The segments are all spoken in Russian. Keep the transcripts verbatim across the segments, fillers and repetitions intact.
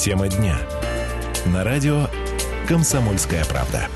Тема дня. На радио «Комсомольская правда».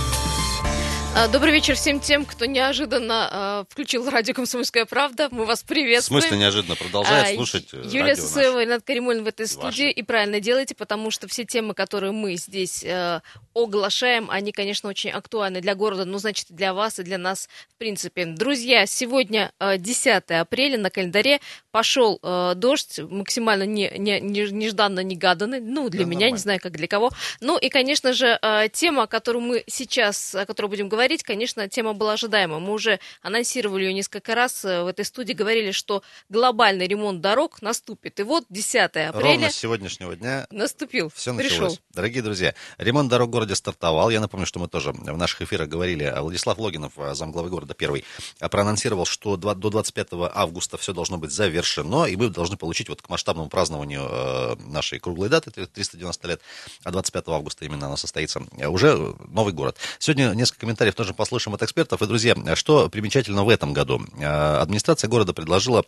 Добрый вечер всем тем, кто неожиданно э, включил радио «Комсомольская правда». Мы вас приветствуем. В смысле неожиданно? Продолжает а, слушать Юлия Сысоева и Ренат Каримуллин в этой студии. Ваши. И правильно делаете, потому что все темы, которые мы здесь э, оглашаем, они, конечно, очень актуальны для города, ну, значит, и для вас, и для нас, в принципе. Друзья, сегодня э, десятое апреля, на календаре пошел э, дождь, максимально не, не, не, нежданно-негаданный, ну, для да, меня, нормально. Не знаю, как для кого. Ну, и, конечно же, э, тема, о которой мы сейчас, о которой будем говорить, конечно, тема была ожидаема. Мы уже анонсировали ее несколько раз в этой студии, говорили, что глобальный ремонт дорог наступит. И вот десятое апреля... Ровно с сегодняшнего дня наступил, все пришел. Началось. Дорогие друзья, ремонт дорог в городе стартовал. Я напомню, что мы тоже в наших эфирах говорили. Владислав Логинов, замглавы города первый, проанонсировал, что до двадцать пятого августа все должно быть завершено, и мы должны получить вот к масштабному празднованию нашей круглой даты, триста девяносто лет, а двадцать пятого августа именно она состоится, уже новый город. Сегодня несколько комментариев тоже послушаем от экспертов. И, друзья, что примечательно в этом году? Администрация города предложила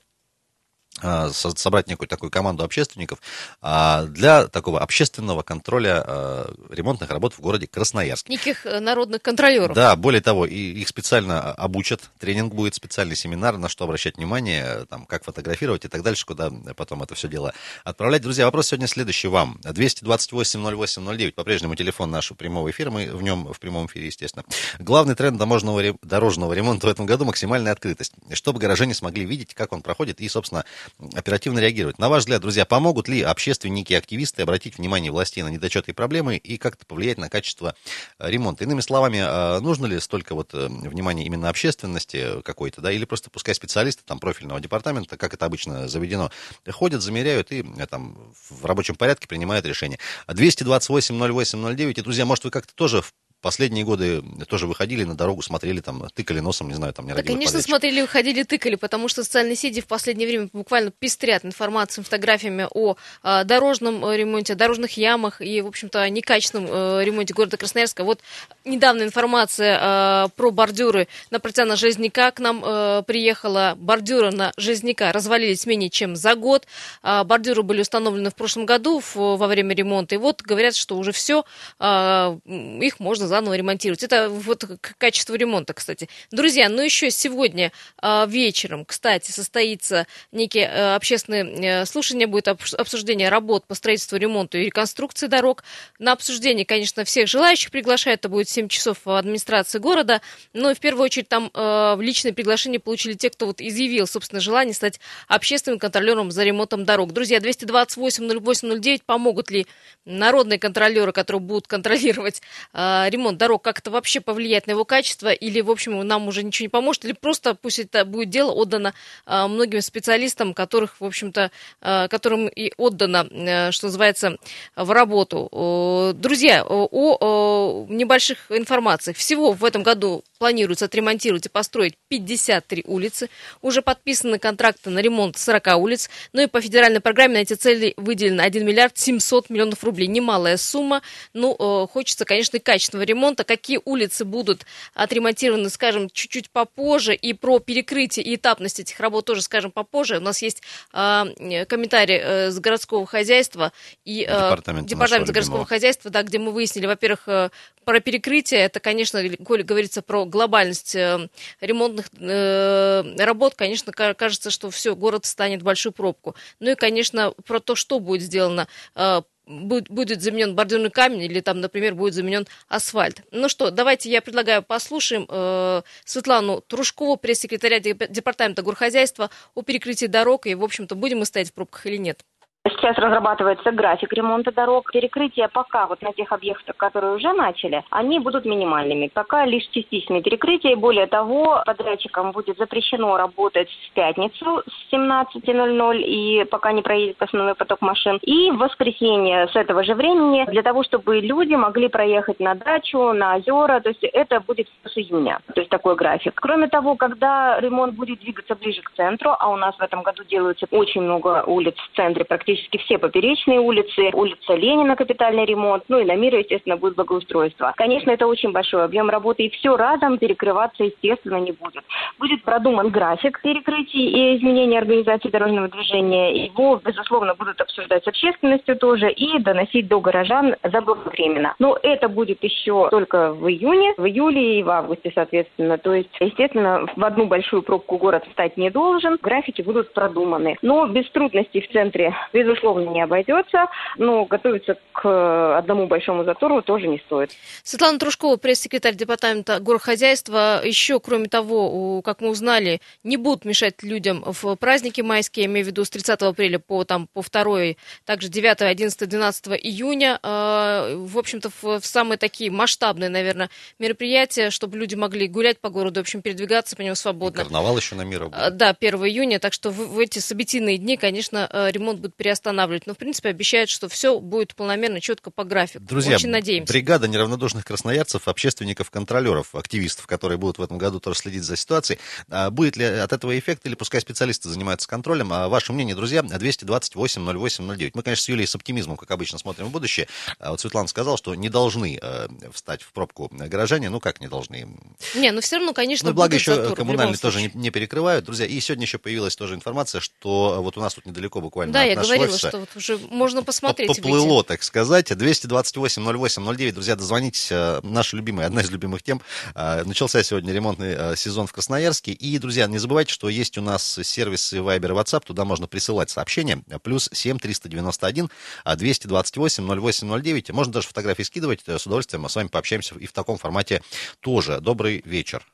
собрать некую такую команду общественников для такого общественного контроля ремонтных работ в городе Красноярск. Неких народных контролеров. Да, более того, и их специально обучат, тренинг будет, специальный семинар, на что обращать внимание, там, как фотографировать и так дальше, куда потом это все дело отправлять. Друзья, вопрос сегодня следующий вам. двести двадцать восемь ноль восемь ноль девять, по-прежнему телефон нашего прямого эфира, мы в нем в прямом эфире, естественно. Главный тренд дорожного, дорожного ремонта в этом году — максимальная открытость, чтобы горожане смогли видеть, как он проходит, и, собственно, оперативно реагировать. На ваш взгляд, друзья, помогут ли общественники и активисты обратить внимание властей на недочеты и проблемы и как-то повлиять на качество ремонта? Иными словами, нужно ли столько вот внимания именно общественности какой-то, да, или просто пускай специалисты там профильного департамента, как это обычно заведено, ходят, замеряют и там в рабочем порядке принимают решения. двести двадцать восемь ноль восемь ноль девять. И, друзья, может, вы как-то тоже в последние годы тоже выходили на дорогу, смотрели, там, тыкали носом, не знаю, там, нерадивых подрядчиков. Да, конечно, подрядчиков. смотрели, выходили, тыкали, потому что социальные сети в последнее время буквально пестрят информацией, фотографиями о а, дорожном ремонте, о дорожных ямах и, в общем-то, о некачественном а, ремонте города Красноярска. Вот недавно информация а, про бордюры на Протяна Железняка к нам а, приехала. Бордюры на Железняка развалились менее чем за год. А, бордюры были установлены в прошлом году в, во время ремонта. И вот говорят, что уже все, а, их можно заново ремонтировать. Это вот качество ремонта, кстати. Друзья, ну еще сегодня э, вечером, кстати, состоится некие э, общественные э, слушания, будет обсуждение работ по строительству, ремонту и реконструкции дорог. На обсуждение, конечно, всех желающих приглашают. Это будет семь часов в администрации города. Но в первую очередь там э, личные приглашения получили те, кто вот изъявил, собственно, желание стать общественным контролером за ремонтом дорог. Друзья, двести двадцать восемь ноль восемь ноль девять, помогут ли народные контролеры, которые будут контролировать э, ремонт дорог, как это вообще повлияет на его качество, или, в общем, нам уже ничего не поможет, или просто пусть это будет дело отдано а, многим специалистам, которых, в общем-то, а, которым и отдано, а, что называется, в работу. О, друзья, о, о небольших информациях. Всего в этом году планируется отремонтировать и построить пятьдесят три улицы. Уже подписаны контракты на ремонт сорок улиц. Ну и по федеральной программе на эти цели выделено один миллиард семьсот миллионов рублей. Немалая сумма. Ну, э, хочется, конечно, и качественного ремонта. Какие улицы будут отремонтированы, скажем, чуть-чуть попозже. И про перекрытие и этапность этих работ тоже скажем попозже. У нас есть э, комментарий э, с городского хозяйства и э, департамент, департамент городского любимого. хозяйства, да, где мы выяснили, во-первых, э, про перекрытие. Это, конечно, коль говорится про глобальность э, ремонтных э, работ, конечно, кажется, что все, город встанет в большую пробку. Ну и, конечно, про то, что будет сделано. Э, будет, будет заменен бордюрный камень или там, например, будет заменен асфальт. Ну что, давайте я предлагаю послушаем э, Светлану Трушкову, пресс-секретаря департамента горхозяйства, о перекрытии дорог, и, в общем-то, будем мы стоять в пробках или нет. Сейчас разрабатывается график ремонта дорог. Перекрытия пока вот на тех объектах, которые уже начали, они будут минимальными. Пока лишь частичные перекрытия. И более того, подрядчикам будет запрещено работать в пятницу с семнадцати ноль-ноль, и пока не проедет основной поток машин. И в воскресенье с этого же времени, для того, чтобы люди могли проехать на дачу, на озера. То есть это будет с июня. То есть такой график. Кроме того, когда ремонт будет двигаться ближе к центру, а у нас в этом году делается очень много улиц в центре, практически практически все поперечные улицы, улица Ленина, капитальный ремонт, ну и на Мира, естественно, будет благоустройство. Конечно, это очень большой объем работы, и все разом перекрываться, естественно, не будет. Будет продуман график перекрытий и изменения организации дорожного движения. Его, безусловно, будут обсуждать с общественностью тоже и доносить до горожан заблаговременно. Но это будет еще только в июне, в июле и в августе, соответственно. То есть, естественно, в одну большую пробку город встать не должен. Графики будут продуманы. Но без трудностей в центре, безусловно, не обойдется. Но готовиться к одному большому затору тоже не стоит. Светлана Трушкова, пресс-секретарь департамента горхозяйства. Еще, кроме того, как мы узнали, не будут мешать людям в праздники майские, я имею в виду с тридцатого апреля по, там, по второе, также девятое, одиннадцатое, двенадцатое июня. В общем-то, в самые такие масштабные, наверное, мероприятия, чтобы люди могли гулять по городу, в общем, передвигаться по нему свободно. И карнавал еще на Мира будет. Да, первого июня, так что в, в эти событийные дни, конечно, ремонт будет переостанавливать. Но, в принципе, обещают, что все будет полномерно, четко по графику. Друзья, очень надеемся. Бригада неравнодушных красноярцев, общественников, контролеров, активистов, которые будут в этом году тоже следить за ситуацией. Будет ли от этого эффект, или пускай специалисты занимаются контролем? Ваше мнение, друзья, двести двадцать восемь ноль восемь ноль девять. Мы, конечно, с Юлией с оптимизмом, как обычно, смотрим в будущее. Вот Светлана сказала, что не должны э, встать в пробку горожане. Ну, как не должны? Не, ну все равно, конечно, ну, благо будут еще заторы, коммунальные тоже не, не перекрывают. Друзья, и сегодня еще появилась тоже информация, что вот у нас тут недалеко буквально да, от я нашего говорила, офиса что вот уже можно посмотреть. Поплыло, выйти. Так сказать. двести двадцать восемь ноль восемь ноль девять. Друзья, дозвонитесь. Наша любимая, одна из любимых тем. Начался сегодня ремонтный сезон в Красноярске. И, друзья, не забывайте, что есть у нас сервисы Viber и WhatsApp. Туда можно присылать сообщения. Плюс семь триста девяносто один двести двадцать восемь ноль восемь ноль девять. Можно даже фотографии скидывать. С удовольствием мы с вами пообщаемся и в таком формате тоже. Добрый вечер.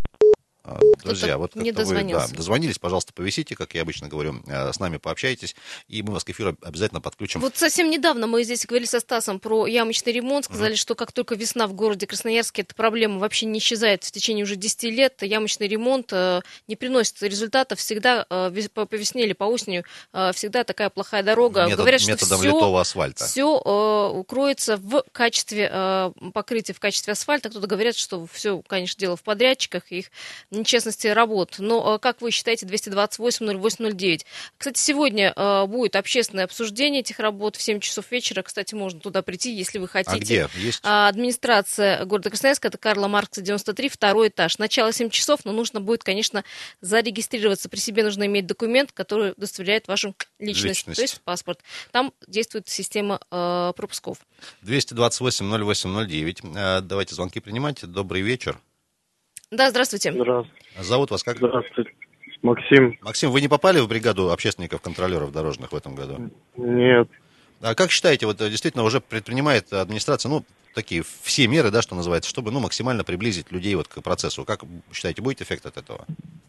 Друзья, вот как-то вы да, дозвонились, пожалуйста, повисите, как я обычно говорю, с нами пообщайтесь, и мы вас к эфиру обязательно подключим. Вот совсем недавно мы здесь говорили со Стасом про ямочный ремонт, сказали, mm-hmm. что как только весна в городе Красноярске, эта проблема вообще не исчезает в течение уже десяти лет, ямочный ремонт не приносит результатов, всегда по весне или по осени всегда такая плохая дорога. Метод, Говорят, что методом все, литого асфальта. Все укроется в качестве покрытия, в качестве асфальта. Кто-то говорит, что все, конечно, дело в подрядчиках и их нечестности работ. Но, как вы считаете, двести двадцать восемь ноль восемь ноль девять? Кстати, сегодня э, будет общественное обсуждение этих работ в семь часов вечера. Кстати, можно туда прийти, если вы хотите. А где? Есть? А, администрация города Красноярска, это Карла Маркса, девяносто три, второй этаж. Начало семь часов, но нужно будет, конечно, зарегистрироваться. При себе нужно иметь документ, который удостоверяет вашу личность, личность. То есть паспорт. Там действует система э, пропусков. двести двадцать восемь ноль восемь ноль девять. Э, давайте звонки принимать. Добрый вечер. Да, здравствуйте. Здравствуйте. Зовут вас как? Здравствуйте. Максим. Максим, вы не попали в бригаду общественников-контролеров дорожных в этом году? Нет. А как считаете, вот действительно уже предпринимает администрация, ну, такие все меры, да, что называется, чтобы, ну, максимально приблизить людей вот к процессу? Как считаете, будет эффект от этого?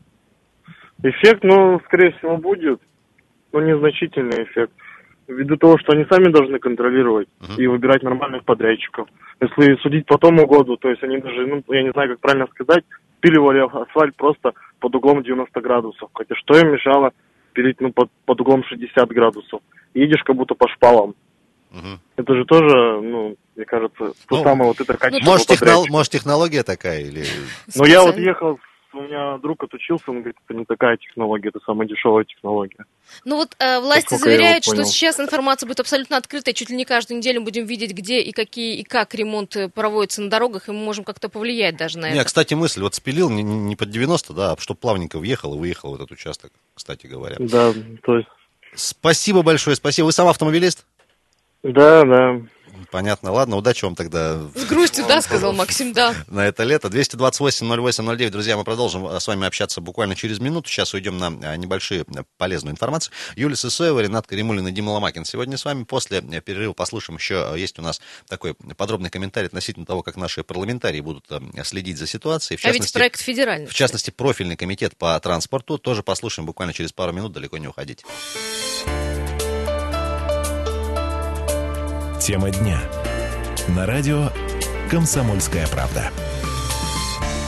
Эффект, ну, скорее всего, будет, но незначительный эффект. Ввиду того, что они сами должны контролировать uh-huh. и выбирать нормальных подрядчиков. Если судить по тому году, то есть они даже, ну, я не знаю, как правильно сказать, пиливали асфальт просто под углом девяносто градусов. Хотя что им мешало пилить, ну, под, под углом шестьдесят градусов? Едешь как будто по шпалам. Uh-huh. Это же тоже, ну, мне кажется, то ну, самое вот это качество. Может, технол- может, технология такая? Или... Ну, я вот ехал, у меня друг отучился, он говорит, это не такая технология, это самая дешевая технология. Ну вот э, власти заверяют, что сейчас информация будет абсолютно открытая, чуть ли не каждую неделю будем видеть, где и какие и как ремонт проводится на дорогах, и мы можем как-то повлиять даже на не, это. Кстати, мысль, вот спилил не, не под девяносто, да, а чтобы плавненько въехал и выехал в этот участок, кстати говоря. Да, то есть... Спасибо большое, спасибо. Вы сам автомобилист? Да, да. Понятно, ладно, удачи вам тогда. С грустью, да, сказал Максим, да. На это лето. двести двадцать восемь ноль восемь ноль девять. Друзья, мы продолжим с вами общаться буквально через минуту. Сейчас уйдем на небольшие полезную информацию. Юлия Сысоева, Ренат Каримуллин и Дима Ломакин сегодня с вами. После перерыва послушаем еще, есть у нас такой подробный комментарий относительно того, как наши парламентарии будут следить за ситуацией. В частности, а ведь проект федеральный. В частности, профильный комитет по транспорту. Тоже послушаем буквально через пару минут, далеко не уходите. Тема дня. На радио «Комсомольская правда».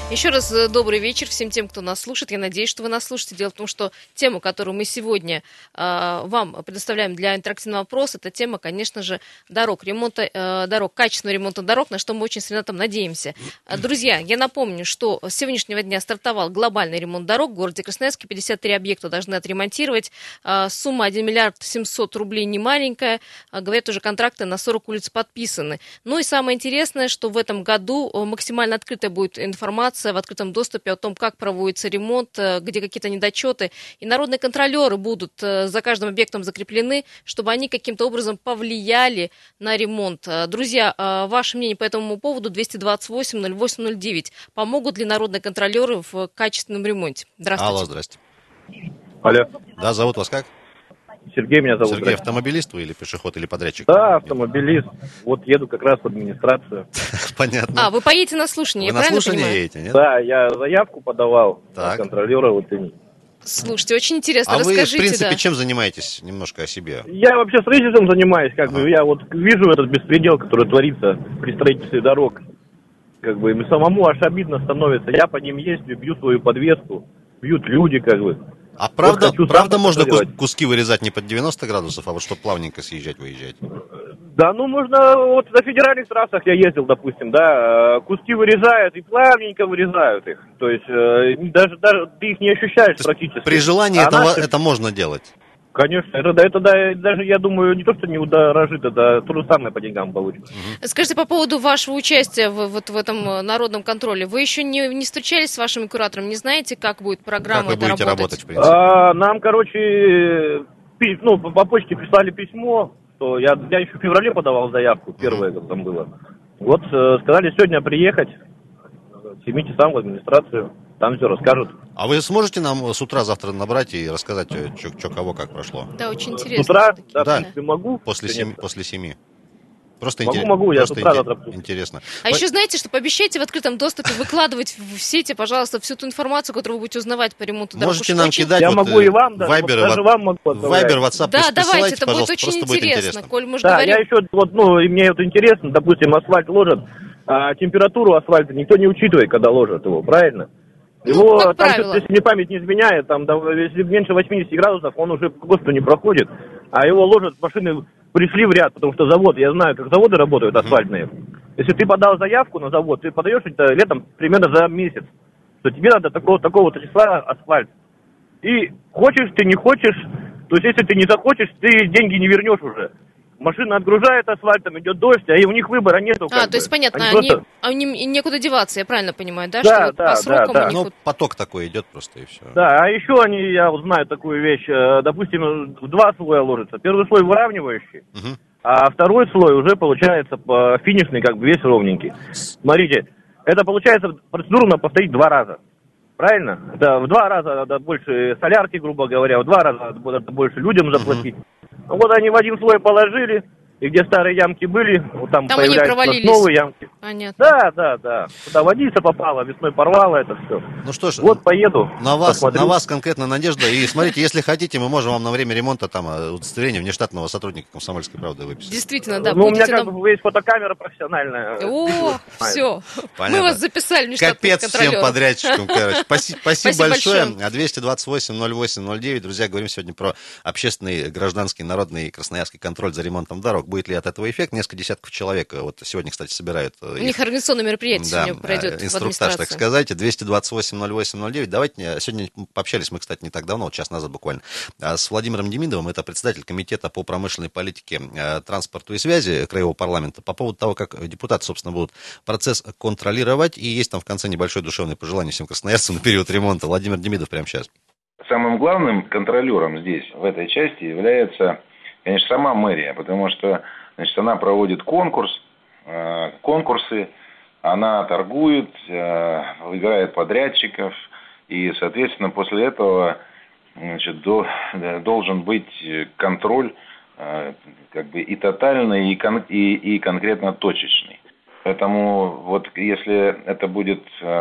Еще раз э, добрый вечер всем тем, кто нас слушает. Я надеюсь, что вы нас слушаете. Дело в том, что тему, которую мы сегодня э, вам предоставляем для интерактивного опроса, это тема, конечно же, дорог, ремонта э, дорог, качественного ремонта дорог, на что мы очень с Ренатом надеемся. Э, друзья, я напомню, что с сегодняшнего дня стартовал глобальный ремонт дорог в городе Красноярске. пятьдесят три объекта должны отремонтировать. Э, сумма один миллиард семьсот рублей не маленькая. Э, говорят, уже контракты на сорок улиц подписаны. Ну и самое интересное, что в этом году максимально открытая будет информация в открытом доступе о том, как проводится ремонт, где какие-то недочеты. И народные контролеры будут за каждым объектом закреплены, чтобы они каким-то образом повлияли на ремонт. Друзья, ваше мнение по этому поводу двести двадцать восемь ноль восемь ноль девять. Помогут ли народные контролеры в качественном ремонте? Здравствуйте. Алло, здрасте. Алло. Да, зовут вас как? Сергей меня зовут. Сергей, автомобилист вы или пешеход, или подрядчик? Да, автомобилист. Вот еду как раз в администрацию. Понятно. А, вы поедете на слушание, Вы я на правильно слушание понимаю? едете, нет? Да, я заявку подавал на Так. контролера. Вот и... Слушайте, очень интересно, А вы, расскажите. в принципе, да. чем занимаетесь? Немножко о себе. Я вообще строительством занимаюсь, как Ага. бы я вот вижу этот беспредел, который творится при строительстве дорог. Как бы мне самому аж обидно становится. Я по ним ездю, бью свою подвеску, бьют люди, как бы. А правда, хочу правда сам можно кус- контролировать. куски вырезать не под девяносто градусов, а вот чтобы плавненько съезжать, выезжать? Да, ну можно, вот на федеральных трассах я ездил, допустим, да, э, куски вырезают и плавненько вырезают их. То есть э, даже, даже ты их не ощущаешь То есть практически. при желании А это, наши- это можно делать. Конечно, это, да, это да, даже, я думаю, не то, что не удорожит, это то же самое по деньгам получится. Скажите, по поводу вашего участия в, вот в этом э, народном контроле. Вы еще не, не встречались с вашим куратором? Не знаете, как будет программа Как вы эта будете работать? работать, в принципе? А, нам, короче, пи- ну, по, по почте прислали письмо, что я, я еще в феврале подавал заявку, первое как там было. Вот э, сказали сегодня приехать к семи часам в администрацию, там все расскажут. А вы сможете нам с утра завтра набрать и рассказать, что кого как прошло? Да, очень С интересно. утра, всё-таки. да, Да. в принципе, могу. После конечно. семи? После семи. Просто, Могу, интерес- могу, я просто с утра инте- завтра приду. интересно. А еще знаете, что пообещайте в открытом доступе выкладывать в сети, пожалуйста, всю ту информацию, которую вы будете узнавать по ремонту дорог. Можете Уж нам очень- кидать Я вот, могу э, и вам, даже, Вайбер, вот даже вот- вам могу отправлять. Вайбер, WhatsApp, Да, прис- давайте, присылайте, это будет пожалуйста, очень просто будет интересно. интересно. Коль мы же Да, говорим... я еще, вот, ну, и мне это интересно, допустим, асфальт ложат, а температуру асфальта никто не учитывает, когда ложат его, правильно? Ну, Его, как там, правило. если мне память не изменяет, там, да, если меньше восьмидесяти градусов, он уже по ГОСТу не проходит, а его ложат, машины пришли в ряд, потому что завод, я знаю, как заводы работают асфальтные. Если ты подал заявку на завод, ты подаешь это летом примерно за месяц, что тебе надо такого, такого-то числа асфальт. И хочешь ты, не хочешь, то есть если ты не захочешь, ты деньги не вернешь уже. Машина отгружает асфальтом, идет дождь, а и у них выбора нету. А, как то бы. есть, понятно, Они они, просто- они- им некуда деваться, я правильно понимаю, да? Да, что вот да, по срокам да, да. у них Ну, вот- поток такой идет просто, и все. Да, а еще они, я вот знаю такую вещь, э, допустим, в два слоя ложится. Первый слой выравнивающий, Мгм. а второй слой уже получается по- финишный, как бы весь ровненький. Смотрите, это получается процедуру надо повторить два раза. Правильно? Это в два раза надо больше солярки, грубо говоря, в два раза надо больше людям заплатить. Ну, вот они в один слой положили, и где старые ямки были, вот там, Там они появляются провалились. новые ямки. Понятно. Да, да, да. Туда водица попала, весной порвала это все. Ну что ж, Вот поеду, на вас, посмотрю. на вас конкретно надежда. И смотрите, если хотите, мы можем вам на время ремонта там э, удостоверение внештатного сотрудника «Комсомольской правды» выписать. Действительно, да. Ну, у меня будете как нам- бы есть фотокамера профессиональная. О, все. Понятно. Мы вас записали в нештатных Капец всем контролеров. подрядчикам, короче. Спасибо, спасибо Спасибо большое. большое. А двести двадцать восемь ноль восемь ноль девять, друзья, говорим сегодня про общественный, гражданский, народный красноярский контроль за ремонтом дорог. Будет ли от этого эффект? Несколько десятков человек. Вот сегодня, кстати, собирают э, У их, них организационное мероприятие да, сегодня пройдет э, в инструктаж, так администрации. сказать. двести двадцать восемь ноль восемь ноль девять. Давайте, э, сегодня пообщались мы, кстати, не так давно, вот час назад буквально, а, с Владимиром Демидовым, это председатель комитета по промышленной политике, э, транспорту и связи Краевого парламента, по поводу того, как депутаты, собственно, будут процесс контролировать. И есть там в конце небольшое душевное пожелание всем красноярцам на период ремонта. Владимир Демидов прямо сейчас. Самым главным контролером здесь, в этой части, является, конечно, сама мэрия, потому что, значит, она проводит конкурс, э, конкурсы, она торгует, э, выбирает подрядчиков, и, соответственно, после этого, значит, до, должен быть контроль э, как бы и тотальный, и, кон, и, и конкретно точечный. Поэтому вот если это будет э,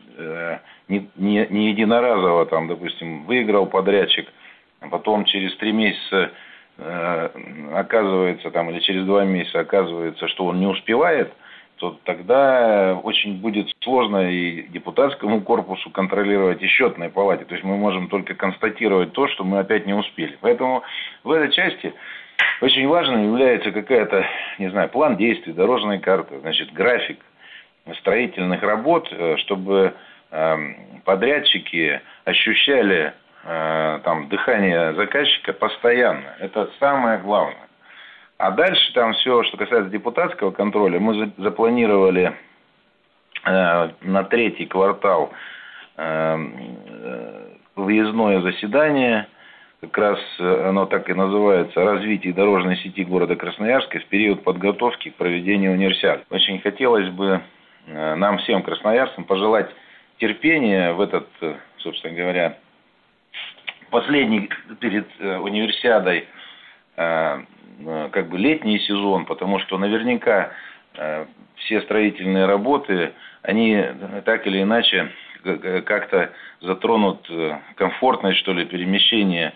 э, не, не, не единоразово, там, допустим, выиграл подрядчик, а потом через три месяца э, оказывается, там, или через два месяца оказывается, что он не успевает то тогда очень будет сложно и депутатскому корпусу контролировать, и счетной палате. То есть мы можем только констатировать то, что мы опять не успели. Поэтому в этой части очень важным является какая-то, не знаю, план действий, дорожная карта, значит, график строительных работ, чтобы подрядчики ощущали там дыхание заказчика постоянно. Это самое главное. А дальше там все, что касается депутатского контроля, мы запланировали э, на третий квартал э, выездное заседание, как раз оно так и называется, «Развитие дорожной сети города Красноярска в период подготовки к проведению универсиады». Очень хотелось бы э, нам всем, красноярцам, пожелать терпения в этот, собственно говоря, последний перед э, универсиадой э, как бы летний сезон, потому что наверняка э, все строительные работы, они так или иначе как-то затронут комфортность, что ли, перемещения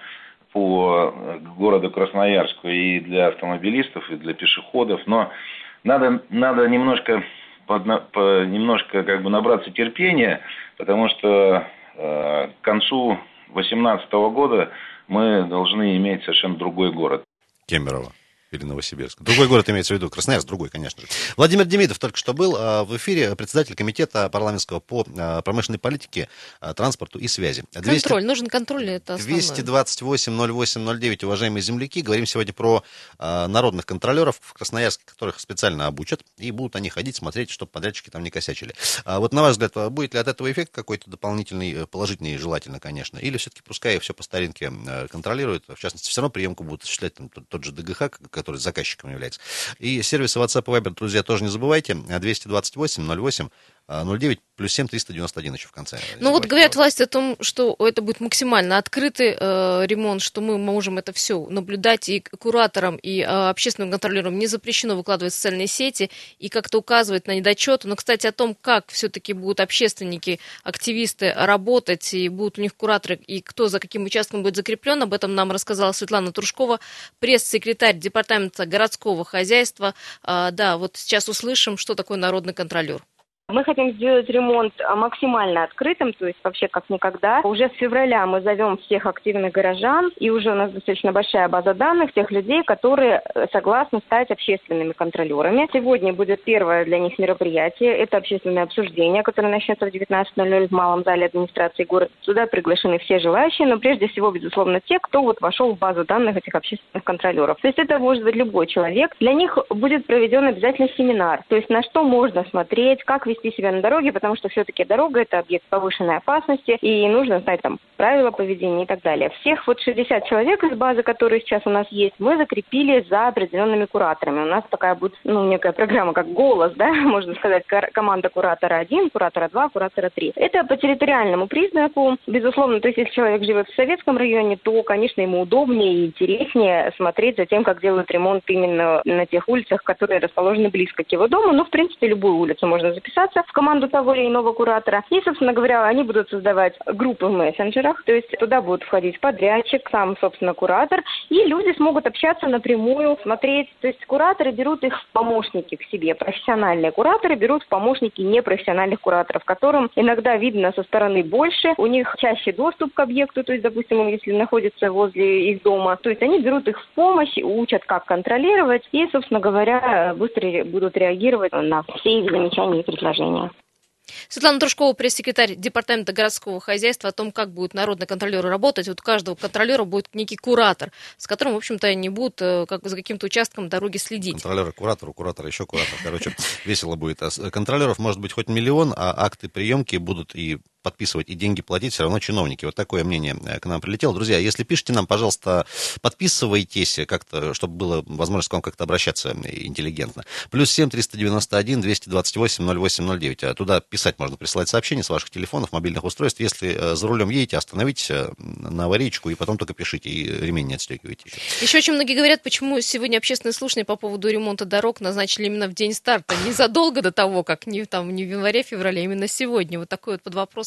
по городу Красноярску и для автомобилистов, и для пешеходов. Но надо, надо немножко, подна, немножко как бы набраться терпения, потому что э, к концу две тысячи восемнадцатого года мы должны иметь совершенно другой город. Кемерово или Новосибирск. Другой город имеется в виду, Красноярск, другой, конечно же. Владимир Демидов только что был в эфире, председатель комитета парламентского по промышленной политике, транспорту и связи. двести... Контроль, нужен контроль, это основное. двести двадцать восемь ноль восемь ноль девять, уважаемые земляки, говорим сегодня про а, народных контролеров в Красноярске, которых специально обучат, и будут они ходить, смотреть, чтобы подрядчики там не косячили. А вот на ваш взгляд, будет ли от этого эффект какой-то дополнительный, положительный, желательно, конечно, или все-таки пускай все по старинке контролируют, в частности, все равно приемку будут осуществлять там, тот, тот же ДГХ, который заказчиком является. И сервисы WhatsApp и Viber, друзья, тоже не забывайте. двести двадцать восемь ноль восемь ноль девять плюс семь триста девяносто один еще в конце. Ну вот говорят власти о том, что это будет максимально открытый э, ремонт, что мы можем это все наблюдать, и кураторам, и э, общественным контролерам не запрещено выкладывать в социальные сети и как-то указывать на недочеты. Но, кстати, о том, как все-таки будут общественники, активисты работать, и будут у них кураторы, и кто за каким участком будет закреплен, об этом нам рассказала Светлана Трушкова, пресс-секретарь департамента городского хозяйства. Э, да, вот сейчас услышим, что такое народный контролер. Мы хотим сделать ремонт максимально открытым, то есть вообще как никогда. Уже с февраля мы зовем всех активных горожан, и уже у нас достаточно большая база данных тех людей, которые согласны стать общественными контролерами. Сегодня будет первое для них мероприятие, это общественное обсуждение, которое начнется в девятнадцать ноль ноль в малом зале администрации города. Сюда приглашены все желающие, но прежде всего, безусловно, те, кто вот вошел в базу данных этих общественных контролеров. То есть это может быть любой человек. Для них будет проведен обязательно семинар, то есть на что можно смотреть, как вести себя на дороге, потому что все-таки дорога – это объект повышенной опасности, и нужно знать там правила поведения и так далее. Всех вот шестьдесят человек из базы, которые сейчас у нас есть, мы закрепили за определенными кураторами. У нас такая будет, ну, некая программа, как «Голос», да, можно сказать, команда куратора один, куратора два, куратора три. Это по территориальному признаку, безусловно, то есть если человек живет в советском районе, то, конечно, ему удобнее и интереснее смотреть за тем, как делают ремонт именно на тех улицах, которые расположены близко к его дому. Ну, в принципе, любую улицу можно записаться в команду того или иного куратора. И, собственно говоря, они будут создавать группы в мессенджерах, то есть туда будут входить подрядчик, сам, собственно, куратор, и люди смогут общаться напрямую, смотреть. То есть кураторы берут их в помощники к себе, профессиональные кураторы берут в помощники непрофессиональных кураторов, которым иногда видно со стороны больше, у них чаще доступ к объекту, то есть, допустим, если находится возле их дома, то есть они берут их в помощь, учат, как контролировать, и, собственно говоря, быстро будут реагировать на все их замечания и предложения. Светлана Трушкова, пресс-секретарь департамента городского хозяйства, о том, как будут народные контролеры работать. Вот у каждого контролера будет некий куратор, с которым, в общем-то, они будут как, за каким-то участком дороги следить. Контролеры, куратор, у куратора еще куратор. Короче, весело будет. А контролеров может быть хоть миллион, а акты приемки будут и подписывать и деньги платить все равно чиновники. Вот такое мнение к нам прилетело. Друзья, если пишете нам, пожалуйста, подписывайтесь как-то, чтобы было возможность к вам как-то обращаться интеллигентно. Плюс семь триста девяносто один двести двадцать восемь ноль восемь ноль девять. Туда писать можно, присылать сообщения с ваших телефонов, мобильных устройств. Если за рулем едете, остановитесь на аварийку и потом только пишите, и ремень не отстегивайте. Еще. Еще очень многие говорят, почему сегодня общественные слушания по поводу ремонта дорог назначили именно в день старта, незадолго до того, как не, там, не в январе-феврале, именно сегодня. Вот такой вот под вопрос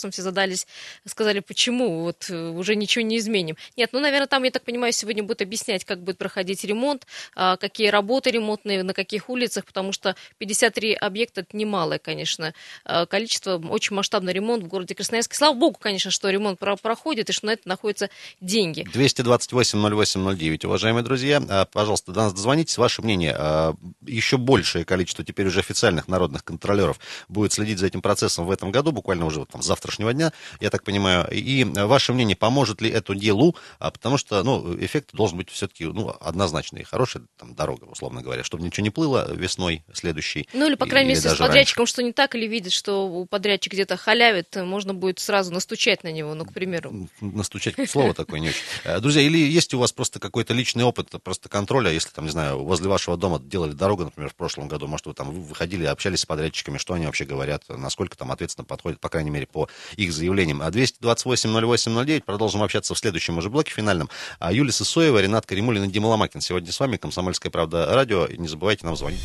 вопросом все задались, сказали, почему, вот уже ничего не изменим. Нет, ну, наверное, там, я так понимаю, сегодня будут объяснять, как будет проходить ремонт, какие работы ремонтные, на каких улицах, потому что пятьдесят три объекта – это немалое, конечно, количество, очень масштабный ремонт в городе Красноярске. Слава богу, конечно, что ремонт проходит и что на это находятся деньги. двести двадцать восемь ноль восемь ноль девять, уважаемые друзья, пожалуйста, до нас дозвонитесь. Ваше мнение, еще большее количество теперь уже официальных народных контролеров будет следить за этим процессом в этом году, буквально уже вот, там, с завтрашнего дня, я так понимаю. И ваше мнение, поможет ли эту делу, потому что, ну, эффект должен быть все-таки, ну, однозначный, хорошая там дорога, условно говоря, чтобы ничего не плыло весной следующей. Ну, или, по крайней мере, если с подрядчиком раньше. Что не так, или видит, что подрядчик где-то халявит, можно будет сразу настучать на него, ну, к примеру. Настучать, слово такое не очень. Друзья, или есть у вас просто какой-то личный опыт, просто контроля, если там, не знаю, возле вашего дома делали дорогу, например, в прошлом году, может, вы там выходили, общались с подрядчиками, что они вообще говорят, насколько там ответственно подходят, по крайней мере, по их заявлениям. А двести двадцать восемь ноль восемь ноль девять, продолжим общаться в следующем уже блоке финальном. А Юлия Сысоева, Ренат Каримуллин и Дима Ломакин сегодня с вами, «Комсомольская правда» радио, и не забывайте нам звонить.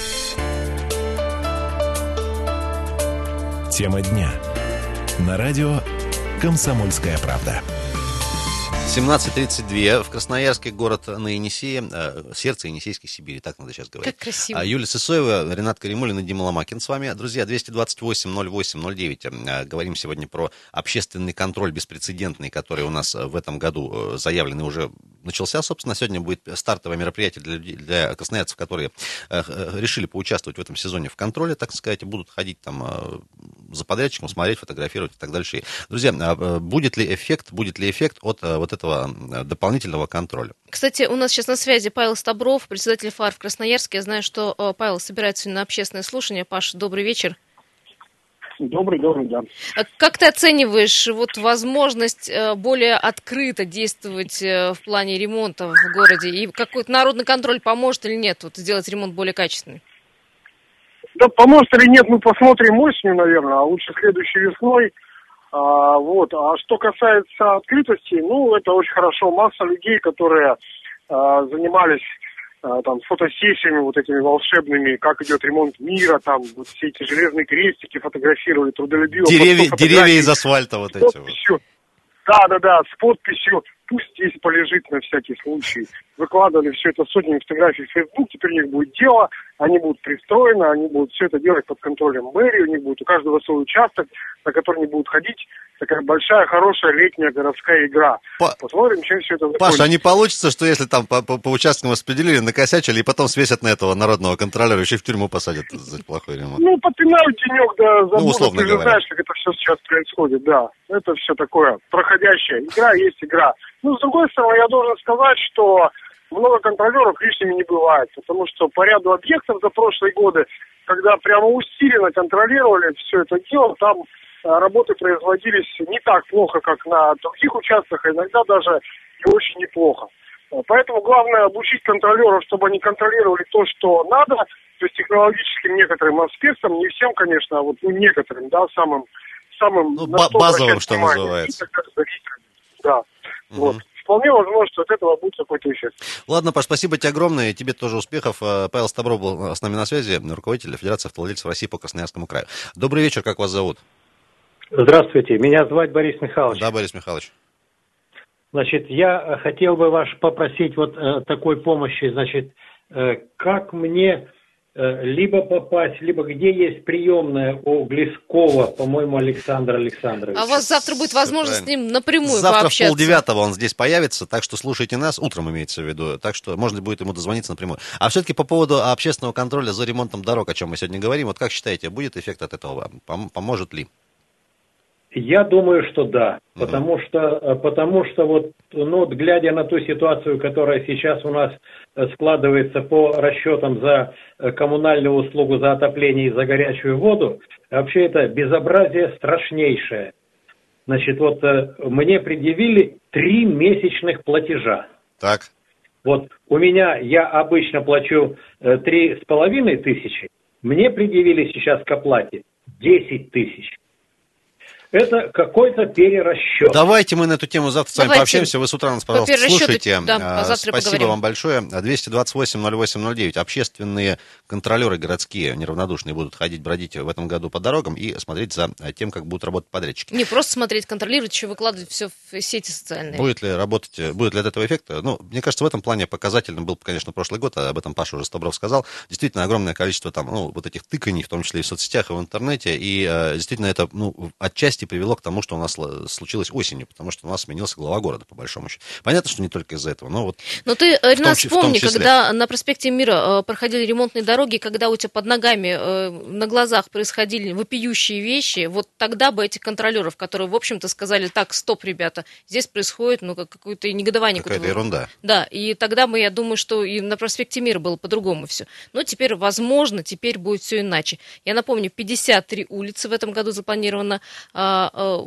Тема дня. На радио «Комсомольская правда». семнадцать тридцать два в Красноярске, город на Енисее, э, сердце Енисейской Сибири, так надо сейчас говорить. Как красиво. А Юлия Сысоева, Ренат Каримуллин и Дима Ломакин с вами. Друзья, двести двадцать восемь ноль восемь ноль девять. Э, говорим сегодня про общественный контроль беспрецедентный, который у нас в этом году заявлен и уже начался, собственно. Сегодня будет стартовое мероприятие для, людей, для красноярцев, которые э, решили поучаствовать в этом сезоне в контроле, так сказать, будут ходить там э, за подрядчиком, смотреть, фотографировать и так дальше. Друзья, э, будет ли эффект, будет ли эффект от э, вот этого дополнительного контроля? Кстати, у нас сейчас на связи Павел Стабров, председатель ФАР в Красноярске. Я знаю, что э, Павел собирается на общественное слушание. Паш, добрый вечер. Добрый, добрый, да. Как ты оцениваешь вот возможность более открыто действовать в плане ремонта в городе? И какой-то народный контроль поможет или нет вот, сделать ремонт более качественным? Да, поможет или нет, мы посмотрим осенью, наверное, а лучше следующей весной. А, вот. А что касается открытости, ну, это очень хорошо. Масса людей, которые а, занимались там фотосессиями вот этими волшебными, как идет ремонт мира, там вот все эти железные крестики фотографировали, трудолюбиво. Деревья, деревья из асфальта вот эти вот. Да, да, да, с подписью «Пусть здесь полежит на всякий случай». Выкладывали все это сотнями фотографий в Facebook, теперь у них будет дело, они будут пристроены, они будут все это делать под контролем мэрии, у них будет у каждого свой участок, на который они будут ходить. Такая большая, хорошая летняя городская игра. По... Посмотрим, чем все это закончится. Паша, а не получится, что если там по, по, по участкам распределили, накосячили, и потом свесят на этого народного контролера, еще и в тюрьму посадят за плохой ремонт? Ну, попинают денек, да, забудут. Ну, условно Ты же говоря. знаешь, как это все сейчас происходит, да. Это все такое проходящая игра, есть игра. Ну, с другой стороны, я должен сказать, что много контролеров лишними не бывает, потому что по ряду объектов за прошлые годы, когда прямо усиленно контролировали все это дело, там работы производились не так плохо, как на других участках, а иногда даже и очень неплохо. Поэтому главное обучить контролеров, чтобы они контролировали то, что надо, то есть технологическим некоторым аспектам, не всем, конечно, а вот ну, некоторым, да, самым, самым ну, ба- базовым, что называется. Да, угу. Вот. Вполне возможно, что от этого будет какой-то эффект. Ладно, Паш, спасибо тебе огромное, и тебе тоже успехов. Павел Стабров был с нами на связи, руководитель Федерации автовладельцев России по Красноярскому краю. Добрый вечер, как вас зовут? Здравствуйте, меня зовут Борис Михайлович. Да, Борис Михайлович. Значит, я хотел бы вас попросить вот э, такой помощи, значит, э, как мне э, либо попасть, либо где есть приемная у Глескова, по-моему, Александра Александровича. А у вас завтра будет возможность с ним напрямую завтра пообщаться. Завтра в полдевятого он здесь появится, так что слушайте нас, утром имеется в виду, так что можно будет ему дозвониться напрямую. А все-таки по поводу общественного контроля за ремонтом дорог, о чем мы сегодня говорим, вот как считаете, будет эффект от этого, Пом- поможет ли? Я думаю, что да, uh-huh. потому что, потому что вот, ну, вот, глядя на ту ситуацию, которая сейчас у нас складывается по расчетам за коммунальную услугу, за отопление и за горячую воду, вообще это безобразие страшнейшее. Значит, вот мне предъявили три месячных платежа. Так. Вот у меня, я обычно плачу три с половиной тысячи, мне предъявили сейчас к оплате десять тысяч. это какой-то перерасчет. Давайте мы на эту тему завтра с вами Давайте. пообщаемся. Вы с утра нас, пожалуйста, слушайте. Да, а завтра Спасибо поговорим. вам большое. двести двадцать восемь ноль восемь ноль девять. Общественные контролеры городские, неравнодушные, будут ходить, бродить в этом году по дорогам и смотреть за тем, как будут работать подрядчики. Не просто смотреть, контролировать, еще выкладывать все в сети социальные. Будет ли работать, будет ли от этого эффекта? Ну, мне кажется, в этом плане показательным был, конечно, прошлый год, а об этом Паша уже Стобров сказал. Действительно, огромное количество там, ну, вот этих тыканий, в том числе и в соцсетях, и в интернете, и э, действительно это, ну, отчасти привело к тому, что у нас случилось осенью, потому что у нас сменился глава города, по большому счету. Понятно, что не только из-за этого, но вот... Но ты, Ренат, в том, вспомни, в том числе. когда на проспекте Мира э, проходили ремонтные дороги, когда у тебя под ногами, э, на глазах происходили вопиющие вещи, вот тогда бы этих контролеров, которые, в общем-то, сказали, так, стоп, ребята, здесь происходит, ну, как какое-то негодование. Какая-то ерунда. Да, и тогда бы, я думаю, что и на проспекте Мира было по-другому все. Но теперь, возможно, теперь будет все иначе. Я напомню, пятьдесят три улицы в этом году запланировано э,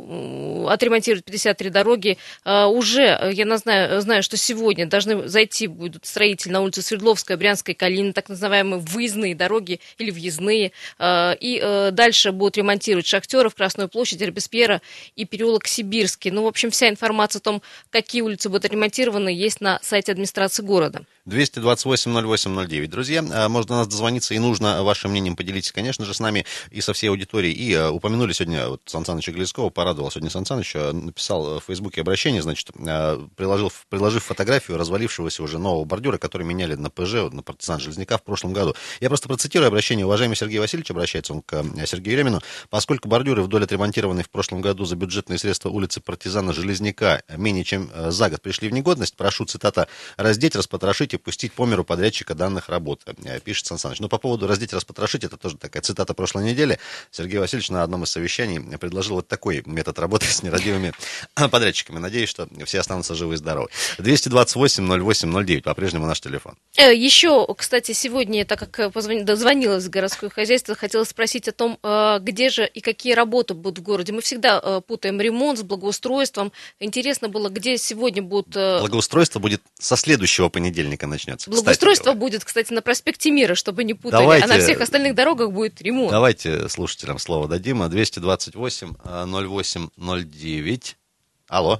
э, отремонтировать, пятьдесят три дороги. Э, уже, я знаю, знаю, что сегодня должны зайти будут строители на улицу Свердловская, Брянская, Калинина, так называемые выездные дороги или въездные. Э, и э, дальше будут ремонтировать Шахтеров, Красную площадь, Робеспьера и переулок Сибирский. Ну, в общем, вся информация о том, какие улицы будут ремонтированы, есть на сайте администрации города. двести двадцать восемь ноль восемь ноль девять. Друзья, можно до нас дозвониться и нужно вашим мнением поделитесь, конечно же, с нами и со всей аудиторией. И uh, упомянули сегодня вот, Сан Саныча Глескова, порадовал сегодня Сан Саныч, написал в Фейсбуке обращение, значит, uh, приложил, приложив фотографию развалившегося уже нового бордюра, который меняли на ПЖ, на партизан Железняка в прошлом году. Я просто процитирую обращение. Уважаемый Сергей Васильевич, обращается он к Сергею Еремину. Поскольку бордюры вдоль отремонтированной в прошлом году за бюджетные средства улицы партизана Железняка менее чем за год пришли в негодность, прошу, цитата, раздеть, распотрошить и пустить по миру подрядчика данных работ, пишет Сан Саныч. Ну, по поводу раздеть, распотрошить, это тоже такая цитата прошлой недели. Сергей Васильевич на одном из совещаний предложил вот такой метод работы с нерадивыми подрядчиками. Надеюсь, что все останутся живы и здоровы. двести двадцать восемь ноль восемь ноль девять, по-прежнему наш телефон. Еще, кстати, сегодня, так как дозвонилась в городское хозяйство, хотела спросить о том, где же и какие работы будут в городе. Мы всегда путаем ремонт с благоустройством. Интересно было, где сегодня будут... Благоустройство будет со следующего понедельника начнется. Благоустройство будет, кстати, на проспекте Мира, чтобы не путали. Давайте, а на всех остальных дорогах будет ремонт. Давайте слушателям слово дадим. двести двадцать восемь ноль восемь ноль девять. Алло.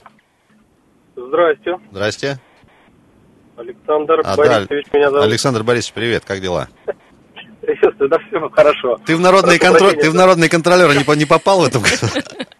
Здрасте. Здрасте. Александр а, Борисович да. меня зовут. Александр Борисович, привет, как дела? Приветствую, да все хорошо. Ты в народный, контр... Ты в народный контролер не, не попал в этом году?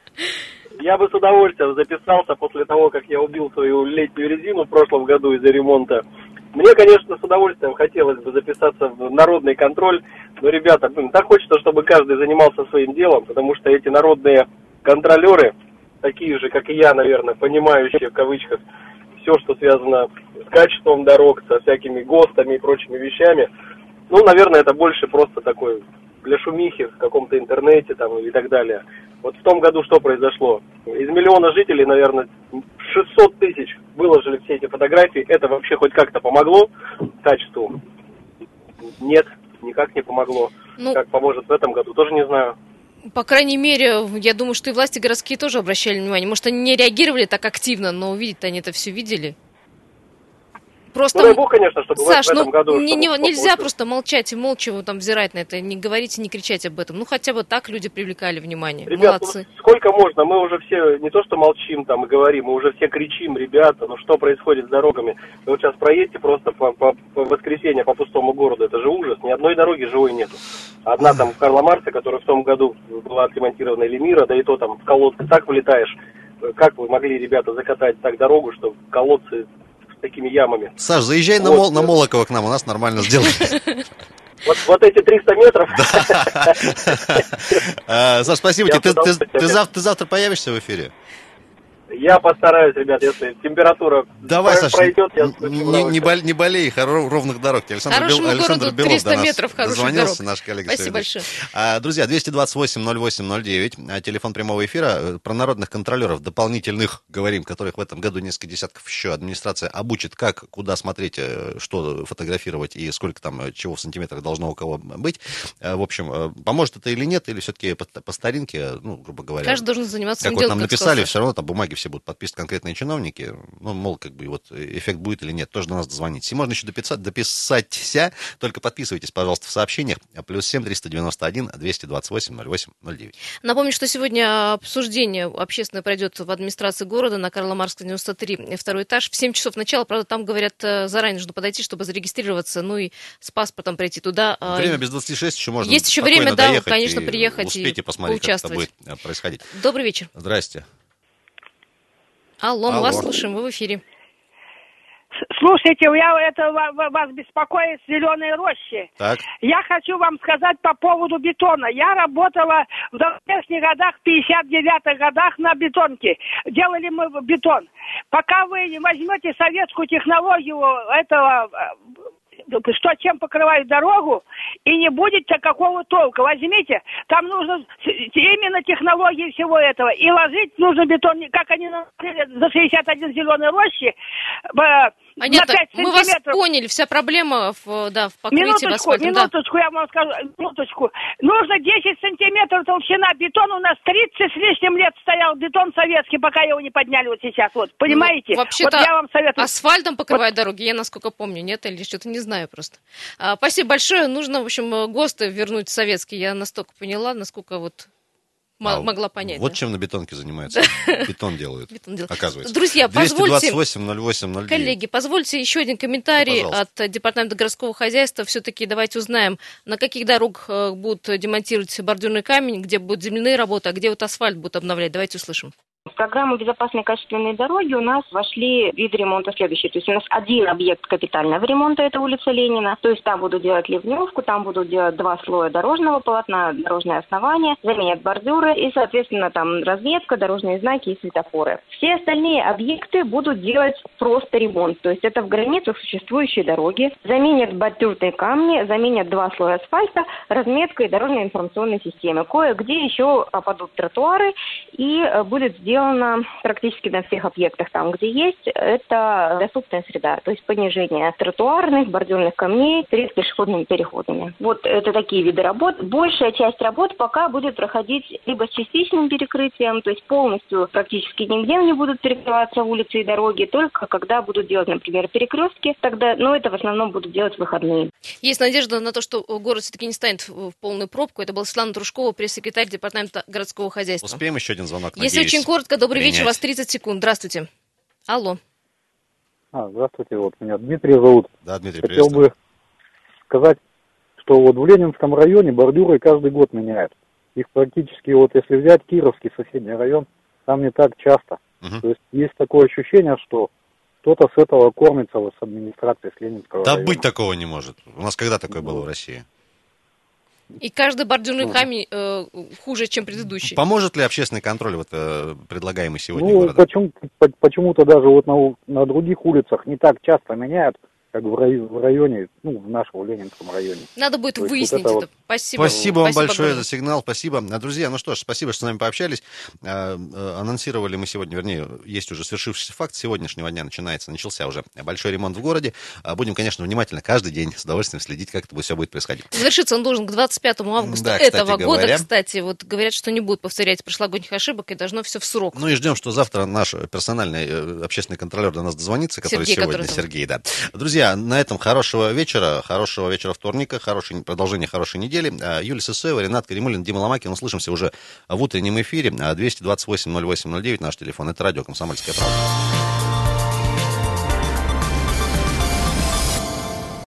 Я бы с удовольствием записался после того, как я убил свою летнюю резину в прошлом году из-за ремонта. Мне, конечно, с удовольствием хотелось бы записаться в народный контроль, но, ребята, блин, так хочется, чтобы каждый занимался своим делом, потому что эти народные контролеры, такие же, как и я, наверное, понимающие, в кавычках, все, что связано с качеством дорог, со всякими ГОСТами и прочими вещами, ну, наверное, это больше просто такой для шумихи в каком-то интернете там и так далее. Вот в том году что произошло? Из миллиона жителей, наверное, шестьсот тысяч выложили все эти фотографии. Это вообще хоть как-то помогло качеству? Нет, никак не помогло. Ну, как поможет в этом году, тоже не знаю. По крайней мере, я думаю, что и власти городские тоже обращали внимание. Может, они не реагировали так активно, но увидеть-то они это все видели. Просто, ну, дай бог, конечно, чтобы Саш, в этом ну, году... Не, не, нельзя получилось. просто молчать и молча его там взирать на это, не говорить и не кричать об этом. Ну, хотя бы так люди привлекали внимание. Ребят, молодцы. Ну, сколько можно? Мы уже все, не то что молчим там и говорим, мы уже все кричим, ребята, ну что происходит с дорогами? Вы вот сейчас проедьте просто по, по, по воскресенье по пустому городу, это же ужас, ни одной дороги живой нету. Одна там в Карла Маркса, которая в том году была отремонтирована, или Мира, да и то там в колодцы так влетаешь. Как вы могли, ребята, закатать так дорогу, что колодцы... такими ямами. Саш, заезжай вот. на, Мол, на Молоково к нам, у нас нормально сделали. Вот, вот эти триста метров. Саш, спасибо тебе. Ты завтра появишься в эфире? Я постараюсь, ребят, если температура Давай, Саша, пройдет, я не, не, болей, не болей, ровных дорог. Александр, Хорошему Бел, Александр городу Белов триста метров хороших дозвонился, дорог. Наш коллега. Спасибо большое. А, друзья, двести двадцать восемь ноль восемь ноль девять, телефон прямого эфира. Про народных контролеров дополнительных говорим, которых в этом году несколько десятков еще администрация обучит, как, куда смотреть, что фотографировать и сколько там, чего в сантиметрах должно у кого быть. В общем, поможет это или нет, или все-таки по, по старинке, ну, грубо говоря. Каждый должен заниматься своим делом, как вот нам как написали, сказал. все равно там бумаги все все будут подписывать конкретные чиновники, ну, мол, как бы вот эффект будет или нет, тоже до нас дозвонитесь. И можно еще дописать, дописаться, только подписывайтесь, пожалуйста, в сообщениях. Плюс семь триста девяносто один двести двадцать восемь ноль восемь ноль девять. Напомню, что сегодня обсуждение общественное пройдет в администрации города на Карла Маркса девяносто три, второй этаж. В семь часов начала, правда, там, говорят, заранее нужно подойти, чтобы зарегистрироваться, ну и с паспортом прийти туда. Время без двадцати шести еще можно. Есть еще время, да, конечно, приехать успейте и посмотреть, поучаствовать. Как это будет происходить. Добрый вечер. Здрасте. Алло, мы Алло. вас слушаем, вы в эфире. Слушайте, я это вас беспокоит зеленые рощи. Так. Я хочу вам сказать по поводу бетона. Я работала в давнешних годах, в пятьдесят девятых годах на бетонке. Делали мы бетон. Пока вы не возьмете советскую технологию этого, что чем покрывает дорогу, и не будет какого толка. Возьмите, там нужно именно технологии всего этого. И ложить нужно бетон, как они за шестьдесят один зеленой рощи. Понятно, мы вас поняли, вся проблема в, да, в покрытии минуточку, в асфальте. Минуточку, да. я вам скажу, минуточку. Нужно десять сантиметров толщина бетона. У нас тридцать с лишним лет стоял бетон советский, пока его не подняли вот сейчас. Вот, понимаете? Ну, вообще-то вот я вам советую. Асфальтом покрывают вот. Дороги, я насколько помню, нет, или что-то не знаю просто. А, спасибо большое. Нужно, в общем, ГОСТы вернуть советские. Я настолько поняла, насколько вот... А, могла понять. Вот да. чем на бетонке занимаются. Бетон делают, Бетон делают. Оказывается. Друзья, позвольте... двести двадцать восемь ноль восемь ноль девять. Коллеги, позвольте еще один комментарий Пожалуйста. от Департамента городского хозяйства. Все-таки давайте узнаем, на каких дорогах будут демонтировать бордюрный камень, где будут земляные работы, а где вот асфальт будут обновлять. Давайте услышим. В программу «Безопасные качественные дороги» у нас вошли виды ремонта следующие. То есть у нас один объект капитального ремонта – это улица Ленина. То есть там будут делать ливневку, там будут делать два слоя дорожного полотна, дорожное основание, заменят бордюры и, соответственно, там разметка, дорожные знаки и светофоры. Все остальные объекты будут делать просто ремонт. То есть это в границах существующей дороги. Заменят бордюрные камни, заменят два слоя асфальта, разметка и дорожная информационная система. Кое-где еще попадут тротуары и будет сделано практически на всех объектах, там, где есть, это доступная среда, то есть понижение тротуарных, бордюрных камней перед пешеходными переходами. Вот это такие виды работ. Большая часть работ пока будет проходить либо с частичным перекрытием, то есть полностью практически нигде не будут перекрываться улицы и дороги, только когда будут делать, например, перекрестки, тогда, но это в основном будут делать в выходные. Есть надежда на то, что город все-таки не станет в полную пробку. Это была Светлана Трушкова, пресс-секретарь Департамента городского хозяйства. Успеем еще один звонок, Если надеюсь, очень коротко, добрый принять. вечер, у вас тридцать секунд. Здравствуйте. Алло. А, здравствуйте, вот меня Дмитрий зовут. Да, Дмитрий, Хотел бы сказать, что вот в Ленинском районе бордюры каждый год меняют. Их практически, вот если взять Кировский соседний район, там не так часто. Угу. То есть есть такое ощущение, что кто-то с этого кормится, вот с администрации, с Ленинского Да района. быть такого не может. У нас когда такое было в России? И каждый бордюрный камень э, хуже, чем предыдущий. Поможет ли общественный контроль, вот, э, предлагаемый сегодня Ну, городом? почему, почему-то даже вот на, на других улицах не так часто меняют, как в, рай, в районе, ну, в нашем Ленинском районе. Надо будет То есть выяснить вот это. это. Вот... Спасибо. Спасибо вам большое огромное. за сигнал, спасибо. Друзья, ну что ж, спасибо, что с нами пообщались. Э, э, анонсировали мы сегодня, вернее, есть уже свершившийся факт. С сегодняшнего дня начинается, начался уже большой ремонт в городе. Будем, конечно, внимательно каждый день с удовольствием следить, как это все будет происходить. Завершиться он должен к двадцать пятому августа Да, кстати этого года. говоря. Кстати, вот говорят, что не будут повторять прошлогодних ошибок и должно все в срок. Ну и ждем, что завтра наш персональный э, общественный контролер до нас дозвонится, который Сергей, сегодня, который там. Сергей, да. Друзья, на этом хорошего вечера, хорошего вечера вторника, хорошее продолжение хорошей недели. Юлия Сысоева, Ренат Каримуллин, Дима Ломакин. Услышимся уже в утреннем эфире. двести двадцать восемь ноль восемь ноль девять наш телефон. Это радио «Комсомольская правда».